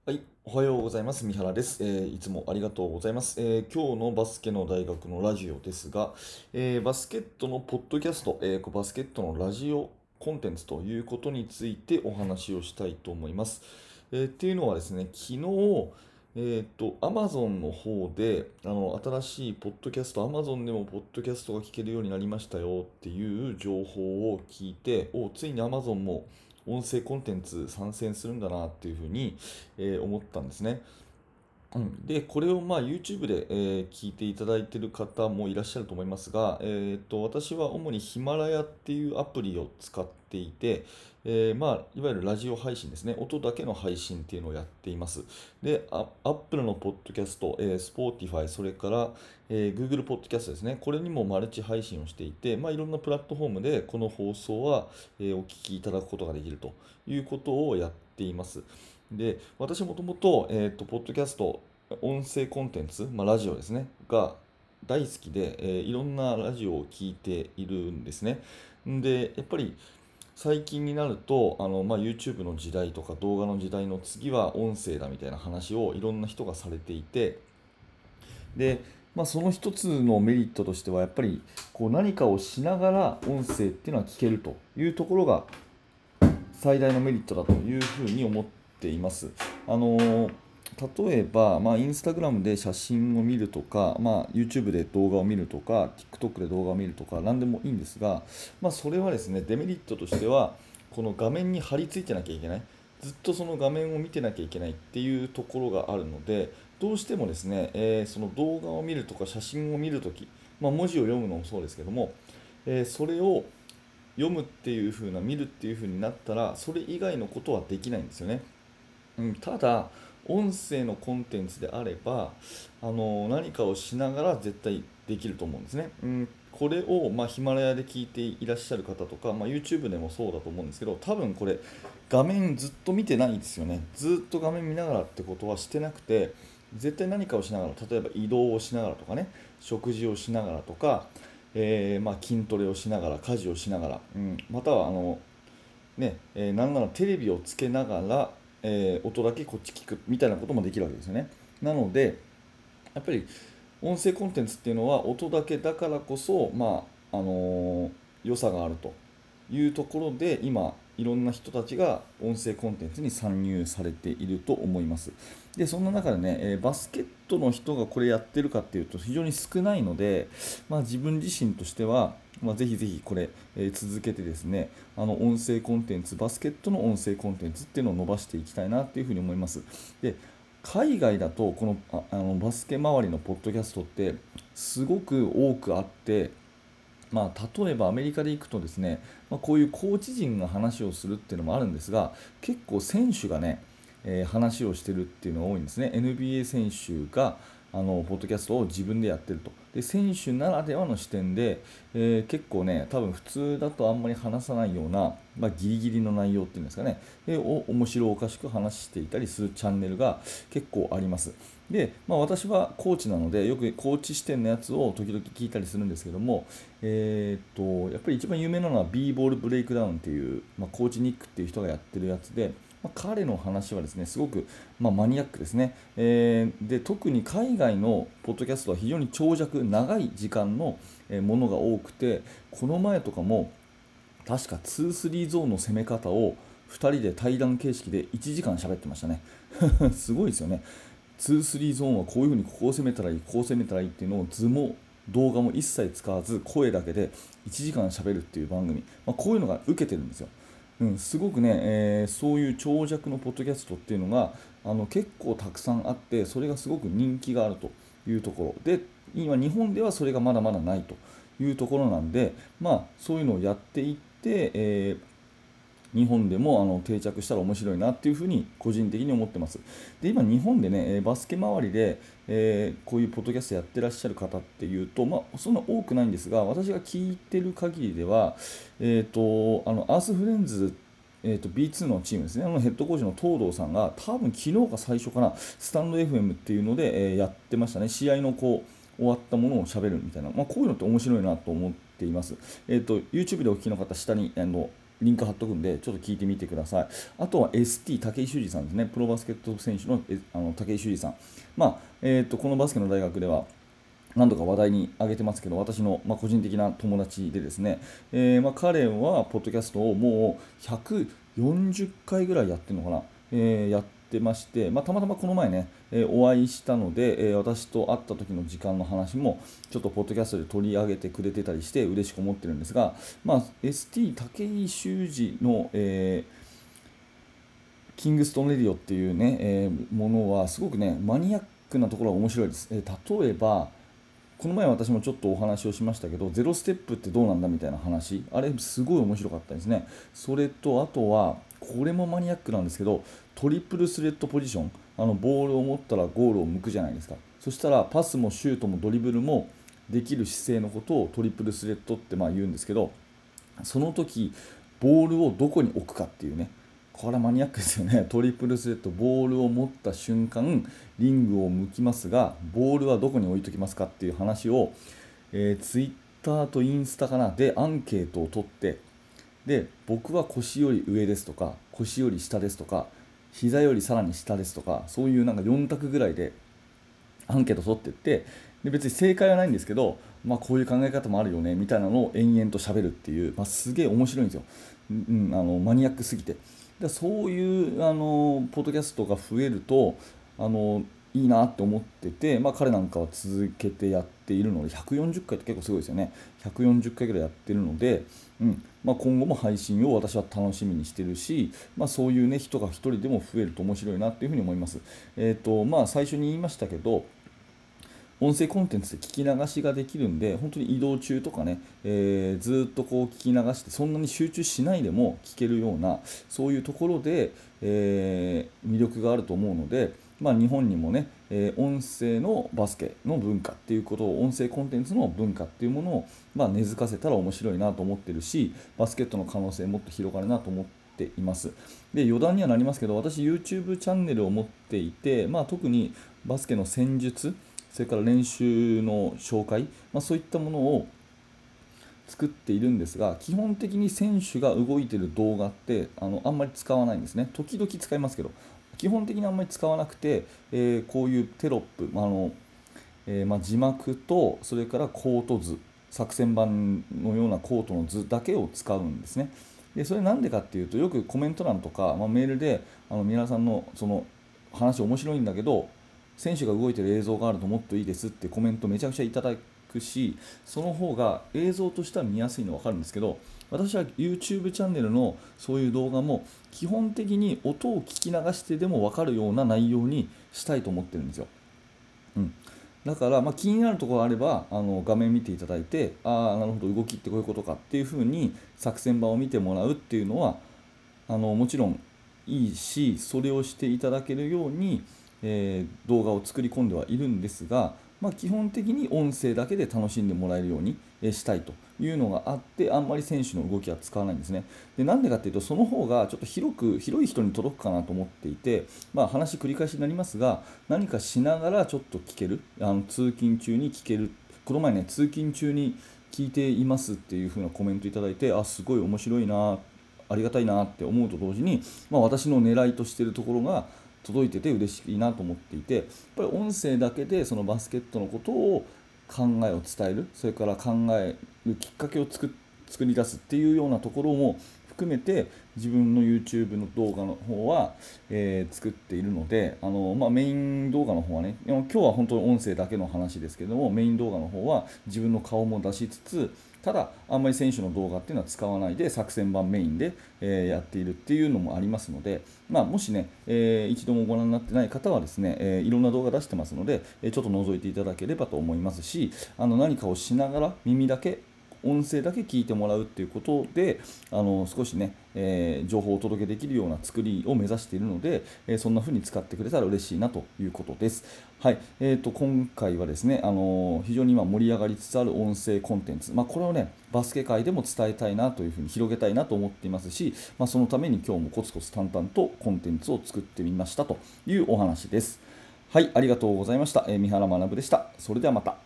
はい、おはようございます。三原です。いつもありがとうございます。今日のバスケの大学のラジオですが、バスケットのポッドキャスト、バスケットのラジオコンテンツということについてお話をしたいと思います。っていうのはですね、昨日、Amazon の方で、新しいポッドキャスト、Amazon でもポッドキャストが聞けるようになりましたよっていう情報を聞いて、ついに Amazon も音声コンテンツ参戦するんだなっていうふうに、思ったんですね。で、これをYouTube で、聞いていただいている方もいらっしゃると思いますが、私は主にヒマラヤっていうアプリを使っていて、いわゆるラジオ配信ですね、音だけの配信っていうのをやっています。で、Apple のポッドキャスト、Spotify、それから、Google ポッドキャストですね、これにもマルチ配信をしていて、いろんなプラットフォームでこの放送は、お聞きいただくことができるということをやっています。で、私もともと、ポッドキャスト、音声コンテンツ、ラジオですね、が大好きで、いろんなラジオを聞いているんですね。で、やっぱり最近になると、YouTube の時代とか動画の時代の次は音声だみたいな話をいろんな人がされていて、で、その一つのメリットとしては、やっぱりこう何かをしながら音声っていうのは聞けるというところが最大のメリットだというふうに思っています。例えば、インスタグラムで写真を見るとか、YouTube で動画を見るとか、TikTok で動画を見るとか、何でもいいんですが、それはですね、デメリットとしては、この画面に貼り付いてなきゃいけない、ずっとその画面を見てなきゃいけないっていうところがあるので、どうしてもですね、その動画を見るとか写真を見るとき、文字を読むのもそうですけども、それを読むっていう風な見るっていう風になったらそれ以外のことはできないんですよね。ただ音声のコンテンツであれば何かをしながら絶対できると思うんですね。これを、ヒマラヤで聞いていらっしゃる方とか、YouTube でもそうだと思うんですけど、多分これ画面ずっと見てないんですよね。ずっと画面見ながらってことはしてなくて、絶対何かをしながら、例えば移動をしながらとかね、食事をしながらとか、筋トレをしながら、家事をしながら、またはなんならテレビをつけながら、音だけこっち聞くみたいなこともできるわけですよね。なので、やっぱり音声コンテンツっていうのは音だけだからこそ、良さがあるというところで、今、いろんな人たちが音声コンテンツに参入されていると思います。で、そんな中でね、バスケットの人がこれやってるかっていうと非常に少ないので、自分自身としては、ぜひぜひこれ、続けてですね、音声コンテンツ、バスケットの音声コンテンツっていうのを伸ばしていきたいなっていうふうに思います。で、海外だとこのバスケ周りのポッドキャストってすごく多くあって、例えばアメリカで行くとですね、こういうコーチ陣が話をするっていうのもあるんですが、結構選手がね、話をしてるっていうのが多いんですね。NBA 選手がポッドキャストを自分でやってると。で、選手ならではの視点で、結構ね、多分普通だとあんまり話さないような、ギリギリの内容っていうんですかね、面白おかしく話していたりするチャンネルが結構あります。で、私はコーチなので、よくコーチ視点のやつを時々聞いたりするんですけども、やっぱり一番有名なのは B ボールブレイクダウンっていう、コーチニックっていう人がやってるやつで、彼の話はですね、すごく、マニアックですね、で、特に海外のポッドキャストは非常に長尺、長い時間のものが多くて、この前とかも、確か2-3ゾーンの攻め方を2人で対談形式で1時間喋ってましたね。すごいですよね。2-3ゾーンはこういうふうにここを攻めたらいい、こう攻めたらいいっていうのを図も動画も一切使わず声だけで1時間喋るっていう番組、こういうのが受けてるんですよ。すごくね、そういう長尺のポッドキャストっていうのが結構たくさんあって、それがすごく人気があるというところで、今日本ではそれがまだまだないというところなんで、そういうのをやっていって、日本でも定着したら面白いなっていうふうに個人的に思ってます。で、今日本でね、バスケ周りで、こういうポッドキャストやってらっしゃる方っていうと、そんな多くないんですが、私が聞いてる限りでは、アースフレンズ、B2 のチームですね、ヘッドコーチの東堂さんが、多分昨日か最初かな、スタンド FM っていうので、やってましたね、試合の終わったものを喋るみたいな、こういうのって面白いなと思っています。YouTube でお聞きの方、下にリンク貼っとくんで、ちょっと聞いてみてください。あとは ST 武井修二さんですね、プロバスケット選手の武井修二さん。このバスケの大学では、何度か話題に挙げてますけど、私の、個人的な友達でですね、彼はポッドキャストをもう140回ぐらいやってるのかな、やってまして、たまたまこの前ね、お会いしたので、私と会った時の時間の話もちょっとポッドキャストで取り上げてくれてたりして嬉しく思ってるんですが、ST 武井修二の、キングストンレディオっていうね、ものはすごくね、マニアックなところが面白いです。例えば、この前私もちょっとお話をしましたけど、ゼロステップってどうなんだみたいな話、あれすごい面白かったですね。それと、あとは、これもマニアックなんですけど、トリプルスレッドポジション、ボールを持ったらゴールを向くじゃないですか。そしたら、パスもシュートもドリブルもできる姿勢のことをトリプルスレッドって言うんですけど、その時、ボールをどこに置くかっていうね、これはマニアックですよね。トリプルスレッド、ボールを持った瞬間、リングを向きますが、ボールはどこに置いときますかっていう話を、ツイッターとインスタかなでアンケートを取って、で、僕は腰より上ですとか、腰より下ですとか、膝よりさらに下ですとか、そういうなんか4択ぐらいでアンケート取っていって、で別に正解はないんですけど、こういう考え方もあるよねみたいなのを延々と喋るっていう、すげえ面白いんですよ、マニアックすぎて。そういうポッドキャストが増えるとあのいいなって思ってて、彼なんかは続けてやっているので、140回って結構すごいですよね。140回ぐらいやってるので、今後も配信を私は楽しみにしてるし、そういう、ね、人が一人でも増えると面白いなっていうふうに思います。最初に言いましたけど、音声コンテンツで聞き流しができるんで、本当に移動中とかね、ずっとこう聞き流して、そんなに集中しないでも聞けるような、そういうところで、魅力があると思うので、日本にもね、音声のバスケの文化っていうことを、音声コンテンツの文化っていうものを、根付かせたら面白いなと思ってるし、バスケットの可能性もっと広がるなと思っています。で、余談にはなりますけど、私 YouTube チャンネルを持っていて、特にバスケの戦術、それから練習の紹介、そういったものを作っているんですが、基本的に選手が動いている動画ってあんまり使わないんですね。時々使いますけど、基本的にあんまり使わなくて、こういうテロップ、字幕と、それからコート図、作戦版のようなコートの図だけを使うんですね。でそれなんでかっていうと、よくコメント欄とか、メールで皆さんのその話面白いんだけど、選手が動いてる映像があるともっといいですってコメントめちゃくちゃいただくし、その方が映像としては見やすいの分かるんですけど、私は YouTube チャンネルのそういう動画も基本的に音を聞き流してでも分かるような内容にしたいと思ってるんですよ。うん、だから、気になるところがあれば画面見ていただいて、なるほど動きってこういうことかっていうふうに作戦版を見てもらうっていうのはもちろんいいし、それをしていただけるように、動画を作り込んではいるんですが、基本的に音声だけで楽しんでもらえるようにしたいというのがあって、あんまり選手の動きは使わないんですね。でなんでかっていうと、その方がちょっと広い人に届くかなと思っていて、話繰り返しになりますが、何かしながらちょっと聞ける、通勤中に聞ける。この前ね、通勤中に聞いていますっていう風なコメントいただいて、すごい面白いな、ありがたいなって思うと同時に、私の狙いとしているところが届いてて嬉しいなと思っていて、やっぱり音声だけでそのバスケットのことを考えを伝える、それから考えるきっかけを作り出すっていうようなところも含めて、自分の YouTube の動画の方は、作っているので、メイン動画の方はね、今日は本当に音声だけの話ですけども、メイン動画の方は自分の顔も出しつつ、ただあんまり選手の動画っていうのは使わないで作戦版メインで、やっているっていうのもありますので、もしね、一度もご覧になってない方はですね、いろんな動画出してますので、ちょっと覗いていただければと思いますし、何かをしながら耳だけ音声だけ聞いてもらうっていうことで少しね、情報をお届けできるような作りを目指しているので、そんな風に使ってくれたら嬉しいなということです。はい、今回はですね、非常に今盛り上がりつつある音声コンテンツ、これをねバスケ界でも伝えたいなというふうに広げたいなと思っていますし、そのために今日もコツコツ淡々とコンテンツを作ってみましたというお話です。はい、ありがとうございました。三原学でした。それではまた。